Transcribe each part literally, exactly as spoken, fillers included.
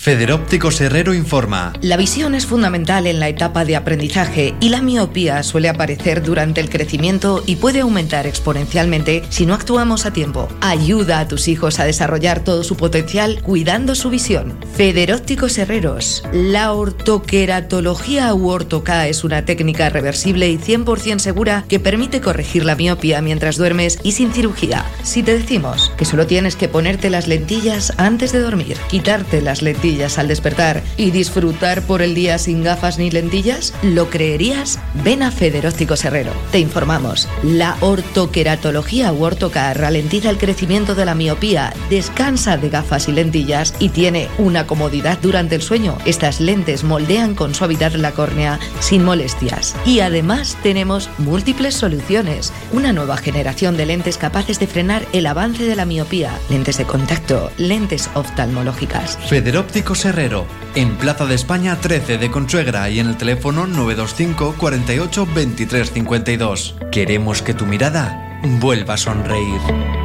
Federópticos Herrero informa. La visión es fundamental en la etapa de aprendizaje y la miopía suele aparecer durante el crecimiento y puede aumentar exponencialmente si no actuamos a tiempo. Ayuda a tus hijos a desarrollar todo su potencial cuidando su visión. Federópticos Herreros. La ortoqueratología u ortoca es una técnica reversible y cien por ciento segura que permite corregir la miopía mientras duermes y sin cirugía. Si te decimos que solo tienes que ponerte las lentillas antes de dormir, quitarte las lentillas al despertar y disfrutar por el día sin gafas ni lentillas, ¿lo creerías? Ven a Federópticos Herrero. Te informamos. La ortoqueratología u ortoca ralentiza el crecimiento de la miopía, descansa de gafas y lentillas y tiene una comodidad durante el sueño. Estas lentes moldean con suavidad la córnea sin molestias. Y además tenemos múltiples soluciones. Una nueva generación de lentes capaces de frenar el avance de la miopía. Lentes de contacto, lentes oftalmológicas. Federópticos Herrero, en Plaza de España trece de Consuegra y en el teléfono nueve dos cinco, cuarenta y ocho, veintitrés cincuenta y dos. Queremos que tu mirada vuelva a sonreír.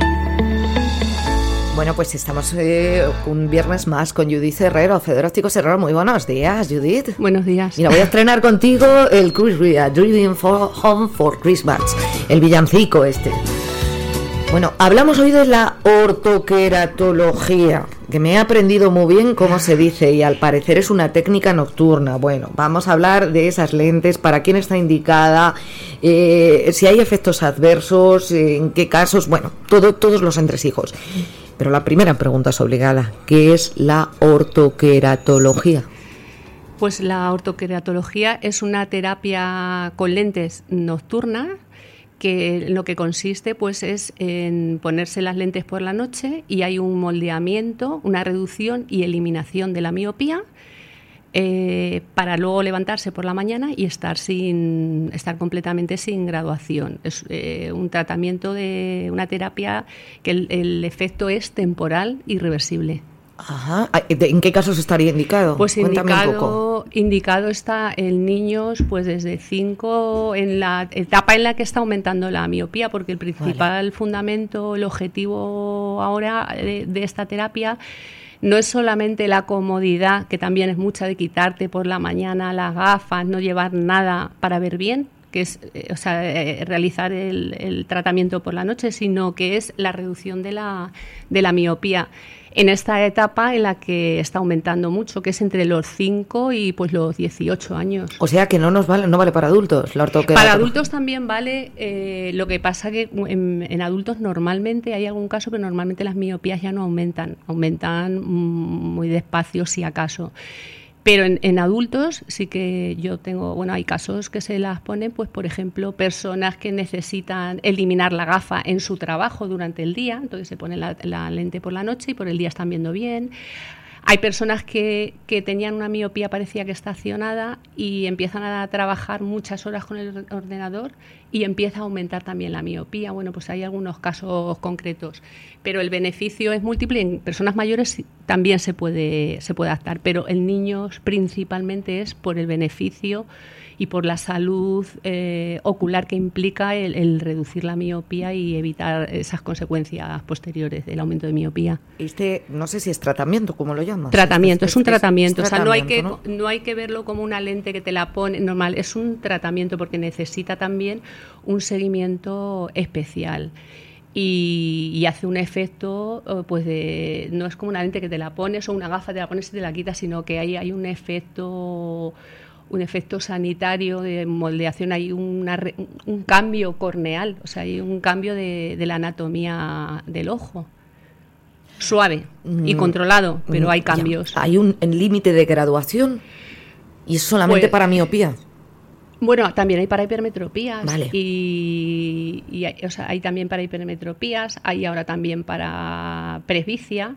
Bueno, pues estamos eh, un viernes más con Judith Herrero, Federópticos Herrero. Muy buenos días, Judith. Buenos días. Mira, voy a estrenar contigo el Christmas, Dreaming for Home for Christmas, el villancico este. Bueno, hablamos hoy de la ortoqueratología, que me he aprendido muy bien cómo se dice y al parecer es una técnica nocturna. Bueno, vamos a hablar de esas lentes, para quién está indicada, eh, si hay efectos adversos, en qué casos, bueno, todo, todos los entresijos. Pero la primera pregunta es obligada, ¿qué es la ortoqueratología? Pues la ortoqueratología es una terapia con lentes nocturna, que lo que consiste pues es en ponerse las lentes por la noche y hay un moldeamiento, una reducción y eliminación de la miopía eh, para luego levantarse por la mañana y estar sin estar completamente sin graduación. Es eh, un tratamiento de una terapia que el, el efecto es temporal y reversible. Ajá. ¿En qué casos estaría indicado? Pues Cuéntame indicado, un poco. indicado está en niños pues desde cinco, en la etapa en la que está aumentando la miopía, porque el principal vale. fundamento, el objetivo ahora de, de esta terapia no es solamente la comodidad, que también es mucha, de quitarte por la mañana las gafas, no llevar nada para ver bien, que es eh, o sea, eh, realizar el, el tratamiento por la noche, sino que es la reducción de la, de la miopía en esta etapa en la que está aumentando mucho, que es entre los cinco y pues los dieciocho años. O sea que no nos vale, no vale para adultos la ortoqueratología. Para adultos también vale, eh, lo que pasa que en, en adultos normalmente hay algún caso que normalmente las miopías ya no aumentan, aumentan muy despacio si acaso. Pero en, en adultos sí que yo tengo, bueno, hay casos que se las ponen, pues por ejemplo, personas que necesitan eliminar la gafa en su trabajo durante el día, entonces se ponen la, la lente por la noche y por el día están viendo bien. Hay personas que, que tenían una miopía, parecía que estacionada, y empiezan a trabajar muchas horas con el ordenador y empieza a aumentar también la miopía. Bueno, pues hay algunos casos concretos, pero el beneficio es múltiple. En personas mayores también se puede, se puede adaptar, pero en niños principalmente es por el beneficio y por la salud eh, ocular que implica el, el reducir la miopía y evitar esas consecuencias posteriores del aumento de miopía. Este, no sé si es tratamiento, ¿cómo lo llamas? Tratamiento, es, es un es, tratamiento. Es, es o sea, no hay que ¿no? no hay que verlo como una lente que te la pone normal, es un tratamiento porque necesita también un seguimiento especial. Y, y hace un efecto, pues de, no es como una lente que te la pones o una gafa te la pones y te la quitas, sino que hay, hay un efecto un efecto sanitario de moldeación, hay una, un cambio corneal, o sea, hay un cambio de, de la anatomía del ojo. Suave y controlado, pero hay cambios. Ya. ¿Hay un límite de graduación? ¿Y es solamente pues, para miopía? Bueno, también hay para hipermetropías. Vale. Y, y hay, o sea, hay también para hipermetropías, hay ahora también para presbicia.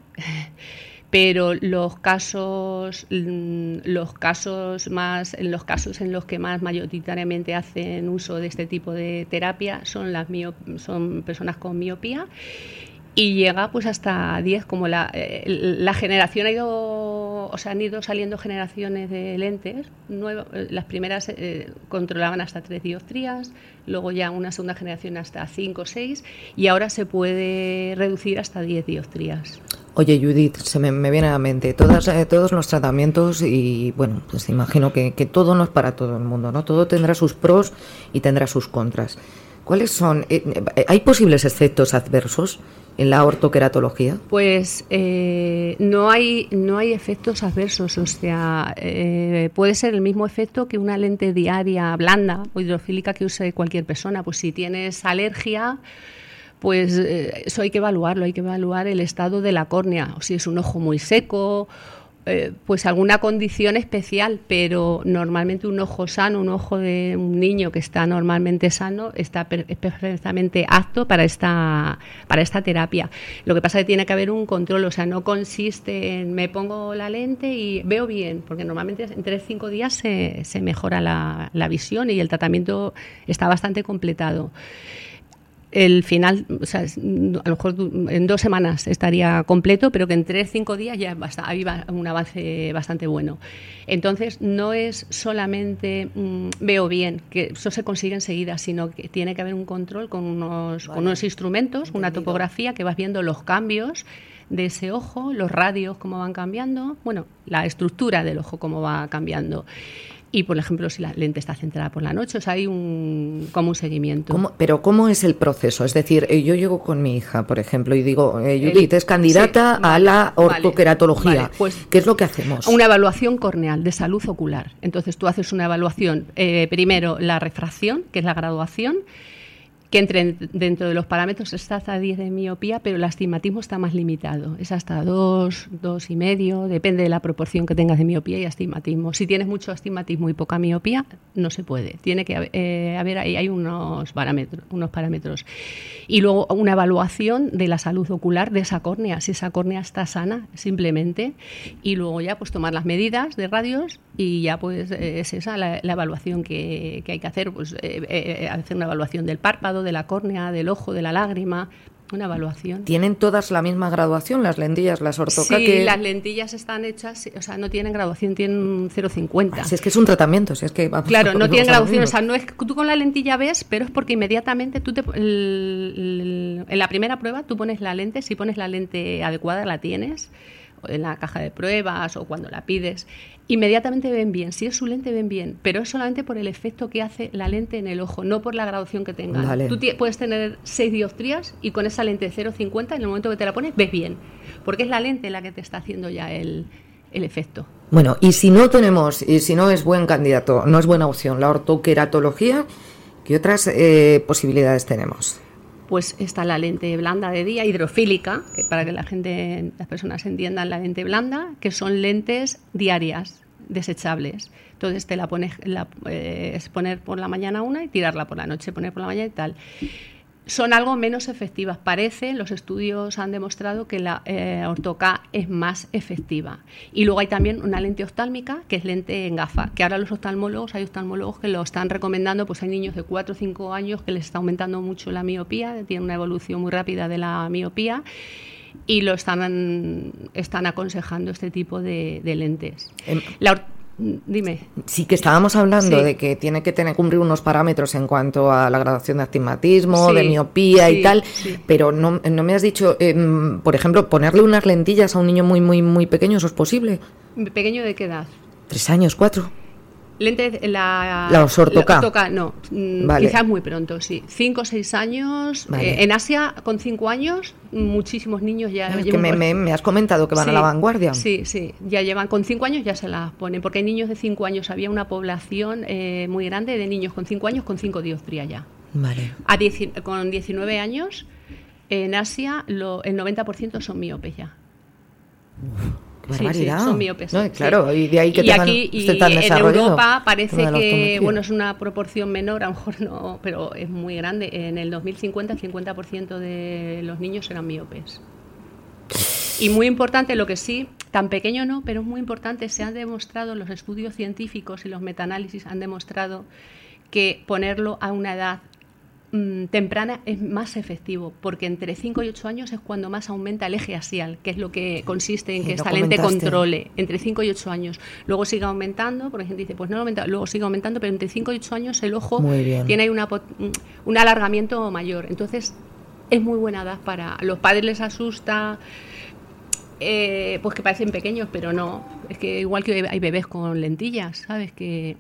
Pero los casos, los casos más, en los casos en los que más mayoritariamente hacen uso de este tipo de terapia son las miop- son personas con miopía y llega pues hasta diez, como la, eh, la generación ha ido, o sea, han ido saliendo generaciones de lentes, nuevo, las primeras eh, controlaban hasta tres dioptrías, luego ya una segunda generación hasta cinco o seis, y ahora se puede reducir hasta diez dioptrías. Oye, Judith, se me, me viene a la mente todas, eh, todos los tratamientos y, bueno, pues imagino que, que todo no es para todo el mundo, ¿no? Todo tendrá sus pros y tendrá sus contras. ¿Cuáles son? Eh, ¿Hay posibles efectos adversos en la ortoqueratología? Pues eh, no hay no hay efectos adversos, o sea, eh, puede ser el mismo efecto que una lente diaria blanda o hidrofílica que use cualquier persona. Pues si tienes alergia, pues eh, eso hay que evaluarlo, hay que evaluar el estado de la córnea, o si es un ojo muy seco, eh, pues alguna condición especial, pero normalmente un ojo sano, un ojo de un niño que está normalmente sano, está per- perfectamente apto para esta, para esta terapia. Lo que pasa es que tiene que haber un control, o sea, no consiste en me pongo la lente y veo bien, porque normalmente en tres o cinco días se, se mejora la, la visión y el tratamiento está bastante completado. El final, o sea, a lo mejor en dos semanas estaría completo, pero que en tres o cinco días ya basta, había un avance bastante bueno. Entonces, no es solamente mmm, veo bien, que eso se consigue enseguida, sino que tiene que haber un control con unos, vale. con unos instrumentos, Entendido. Una topografía que vas viendo los cambios de ese ojo, los radios cómo van cambiando, bueno, la estructura del ojo cómo va cambiando. Y, por ejemplo, si la lente está centrada por la noche, o sea, hay un, como un seguimiento. ¿Cómo, pero ¿cómo es el proceso? Es decir, yo llego con mi hija, por ejemplo, y digo, eh, Judith, el, es candidata sí, vale, a la ortoqueratología. Vale, pues, ¿qué es lo que hacemos? Una evaluación corneal de salud ocular. Entonces, tú haces una evaluación, eh, primero la refracción, que es la graduación, que entre dentro de los parámetros está hasta diez de miopía, pero el astigmatismo está más limitado. Es hasta dos, dos y medio, depende de la proporción que tengas de miopía y astigmatismo. Si tienes mucho astigmatismo y poca miopía, no se puede. Tiene que eh, haber, ahí hay unos parámetros, unos parámetros. Y luego una evaluación de la salud ocular de esa córnea, si esa córnea está sana, simplemente. Y luego ya pues tomar las medidas de radios y ya pues eh, es esa la, la evaluación que, que hay que hacer, pues eh, eh, hacer una evaluación del párpado, de la córnea, del ojo, de la lágrima, una evaluación. ¿Tienen todas la misma graduación, las lentillas, las ortoca? Sí, que... las lentillas están hechas, o sea, no tienen graduación, tienen cero coma cincuenta. Si es que es un tratamiento, si es que... Vamos, claro, no tienen graduación, o sea, no es que tú con la lentilla ves, pero es porque inmediatamente tú te... El, el, en la primera prueba tú pones la lente, si pones la lente adecuada la tienes, en la caja de pruebas o cuando la pides, inmediatamente ven bien. Si es su lente, ven bien, pero es solamente por el efecto que hace la lente en el ojo, no por la graduación que tenga. Vale. Tú t- puedes tener seis dioptrías y con esa lente de cero coma cincuenta, en el momento que te la pones, ves bien, porque es la lente la que te está haciendo ya el, el efecto. Bueno, y si no tenemos, y si no es buen candidato, no es buena opción la ortoqueratología, ¿qué otras eh, posibilidades tenemos? Pues está la lente blanda de día, hidrofílica, que para que la gente, las personas entiendan la lente blanda, que son lentes diarias, desechables. Entonces te la pones, la, eh, es poner por la mañana una y tirarla por la noche, poner por la mañana y tal. Son algo menos efectivas. Parece, los estudios han demostrado que la eh, ortoca es más efectiva. Y luego hay también una lente oftálmica, que es lente en gafa, que ahora los oftalmólogos, hay oftalmólogos que lo están recomendando, pues hay niños de cuatro o cinco años que les está aumentando mucho la miopía, tienen una evolución muy rápida de la miopía, y lo están, están aconsejando este tipo de, de lentes. Eh, la or- Dime. Sí, que estábamos hablando sí. de que tiene que tener cumplir unos parámetros en cuanto a la graduación de astigmatismo, sí, de miopía sí, y tal, sí. pero no, no me has dicho, eh, por ejemplo, ponerle unas lentillas a un niño muy, muy, muy pequeño, ¿eso es posible? ¿Pequeño de qué edad? ¿Tres años, cuatro? Lente, la, la ortoca. La ortoca, no, vale. Quizás muy pronto, sí. Cinco o seis años. Vale. Eh, en Asia, con cinco años, muchísimos niños ya... Es que me, me, me has comentado que van sí, a la vanguardia. Sí, sí, ya llevan, con cinco años ya se las ponen, porque hay niños de cinco años, había una población eh, muy grande de niños con cinco años con cinco dioptrías ya. Vale. A dieci, con diecinueve años, en Asia, lo, el noventa por ciento son miopes ya. Uf. Qué barbaridad. Sí, sí, son miopes. No, claro, sí. Y de ahí que y tengan, aquí y esté tan en desarrollado. Europa parece que, bueno, es una proporción menor, a lo mejor no, pero es muy grande. En el dos mil cincuenta, el cincuenta por ciento de los niños eran miopes. Y muy importante, lo que sí, tan pequeño no, pero es muy importante, se han demostrado, los estudios científicos y los metaanálisis han demostrado que ponerlo a una edad mmm, temprana es más efectivo, porque entre cinco y ocho años es cuando más aumenta el eje axial, que es lo que consiste en que esta lente controle, entre cinco y ocho años. Luego sigue aumentando, porque la gente dice, pues no aumenta, luego sigue aumentando, pero entre cinco y ocho años el ojo tiene ahí una, un alargamiento mayor. Entonces es muy buena edad para... A los padres les asusta... Eh, pues que parecen pequeños, pero no. Es que igual que hay bebés con lentillas, ¿sabes? Que,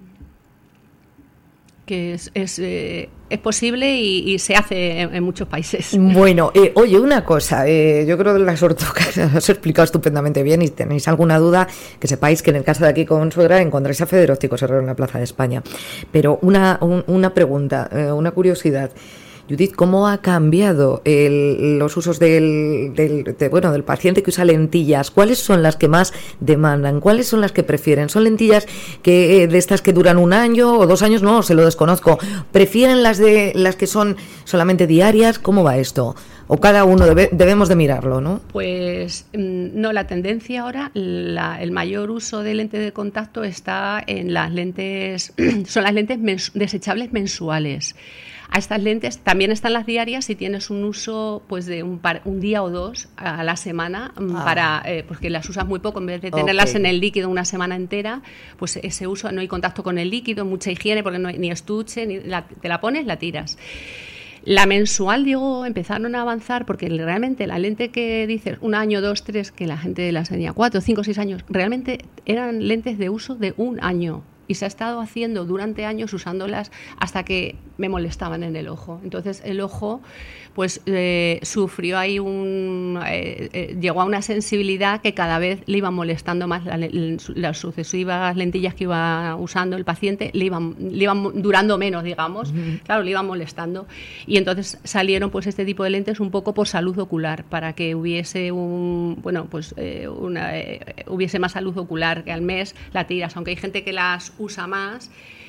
que es, es, eh, es posible y, y se hace en, en muchos países. Bueno, eh, oye, una cosa. Eh, yo creo que las ortocas las has explicado estupendamente bien y si tenéis alguna duda, que sepáis que en el caso de aquí con Suegra encontráis a Feder Ópticos Herrero en la Plaza de España. Pero una, un, una pregunta, eh, una curiosidad. Judith, ¿cómo ha cambiado el, los usos del, del, de, bueno, del paciente que usa lentillas? ¿Cuáles son las que más demandan? ¿Cuáles son las que prefieren? ¿Son lentillas que de estas que duran un año o dos años? No, se lo desconozco. ¿Prefieren las de las que son solamente diarias? ¿Cómo va esto? O cada uno debe, debemos de mirarlo, ¿no? Pues no, la tendencia ahora, la, el mayor uso de lentes de contacto está en las lentes, son las lentes mens, desechables mensuales. A estas lentes también están las diarias si tienes un uso pues de un, par, un día o dos a la semana, ah. para eh, porque las usas muy poco, en vez de tenerlas okay. en el líquido una semana entera, pues ese uso, no hay contacto con el líquido, mucha higiene porque no hay ni estuche, ni la, te la pones, la tiras. La mensual, digo, empezaron a avanzar porque realmente la lente que dices, un año, dos, tres, que la gente las tenía cuatro, cinco, seis años, realmente eran lentes de uso de un año. Y se ha estado haciendo durante años usándolas hasta que me molestaban en el ojo. Entonces el ojo pues eh, sufrió ahí un... Eh, eh, llegó a una sensibilidad que cada vez le iban molestando más la, las sucesivas lentillas que iba usando el paciente, le iban, le iban durando menos, digamos. Uh-huh. Claro, le iban molestando. Y entonces salieron pues este tipo de lentes un poco por salud ocular, para que hubiese un... Bueno, pues eh, una, eh, hubiese más salud ocular, que al mes la tiras, aunque hay gente que las usa más,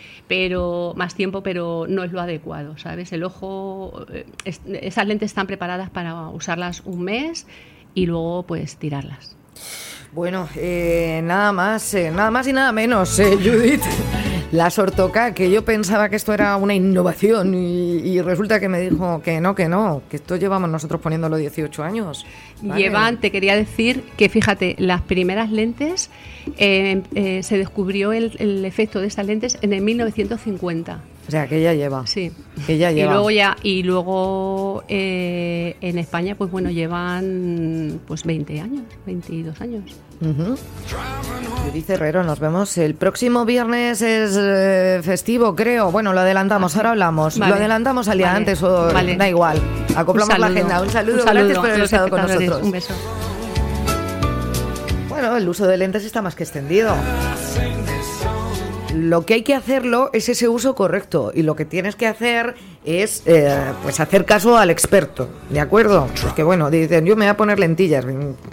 pero más tiempo, pero no es lo adecuado, ¿sabes? El ojo, es, esas lentes están preparadas para usarlas un mes y luego pues tirarlas. Bueno, eh, nada más, eh, nada más y nada menos, eh, Judith. Las Ortoca, que yo pensaba que esto era una innovación y, y resulta que me dijo que no, que no, que esto llevamos nosotros poniéndolo dieciocho años. Vale. Llevan, te quería decir que fíjate, las primeras lentes, eh, eh, se descubrió el, el efecto de estas lentes en el mil novecientos cincuenta. O sea, que ya lleva. Sí. Que ya lleva. Y luego ya, y luego eh, en España, pues bueno, llevan pues veinte años, veintidós años. Uh-huh. Judith Herrero, nos vemos el próximo viernes, es eh, festivo, creo. Bueno, lo adelantamos, ahora hablamos. Vale. Lo adelantamos al día vale. antes o vale. Da igual. Acoplamos la agenda. Un saludo, Un saludo. Gracias por haber estado con nosotros. Un beso. Bueno, el uso de lentes está más que extendido. Lo que hay que hacerlo es ese uso correcto y lo que tienes que hacer es eh, pues hacer caso al experto, ¿de acuerdo? Porque bueno, dicen, yo me voy a poner lentillas.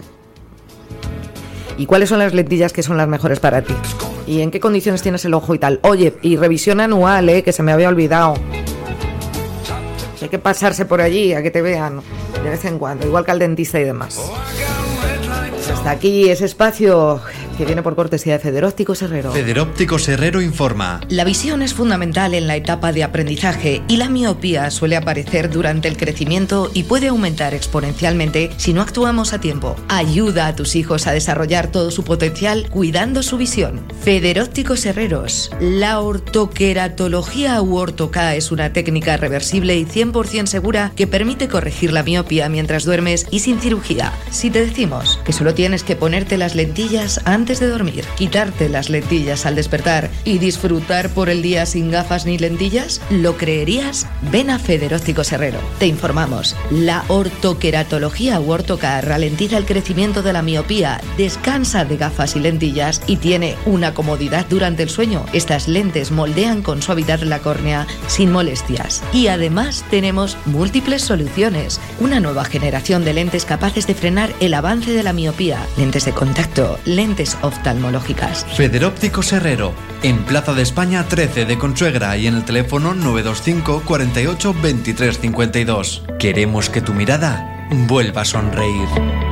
¿Y cuáles son las lentillas que son las mejores para ti? ¿Y en qué condiciones tienes el ojo y tal? Oye, y revisión anual, ¿eh? Que se me había olvidado. Hay que pasarse por allí a que te vean de vez en cuando, igual que al dentista y demás. Hasta aquí ese espacio que viene por cortesía de Feder Ópticos Herrero. Feder Ópticos Herrero informa. La visión es fundamental en la etapa de aprendizaje y la miopía suele aparecer durante el crecimiento y puede aumentar exponencialmente si no actuamos a tiempo. Ayuda a tus hijos a desarrollar todo su potencial cuidando su visión. Feder Ópticos Herreros. La ortoqueratología u ortoca es una técnica reversible y cien por ciento segura que permite corregir la miopía mientras duermes y sin cirugía. Si te decimos que solo tienes que ponerte las lentillas antes de dormir, quitarte las lentillas al despertar y disfrutar por el día sin gafas ni lentillas, ¿lo creerías? Ven a Feder Ópticos Herrero. Te informamos. La ortoqueratología u ortoca ralentiza el crecimiento de la miopía, descansa de gafas y lentillas y tiene una comodidad durante el sueño. Estas lentes moldean con suavidad la córnea sin molestias. Y además tenemos múltiples soluciones. Una nueva generación de lentes capaces de frenar el avance de la miopía. Lentes de contacto, lentes oftalmológicas. Feder Ópticos Herrero, en Plaza de España trece de Consuegra y en el teléfono nueve dos cinco, cuarenta y ocho, veintitrés cincuenta y dos. Queremos que tu mirada vuelva a sonreír.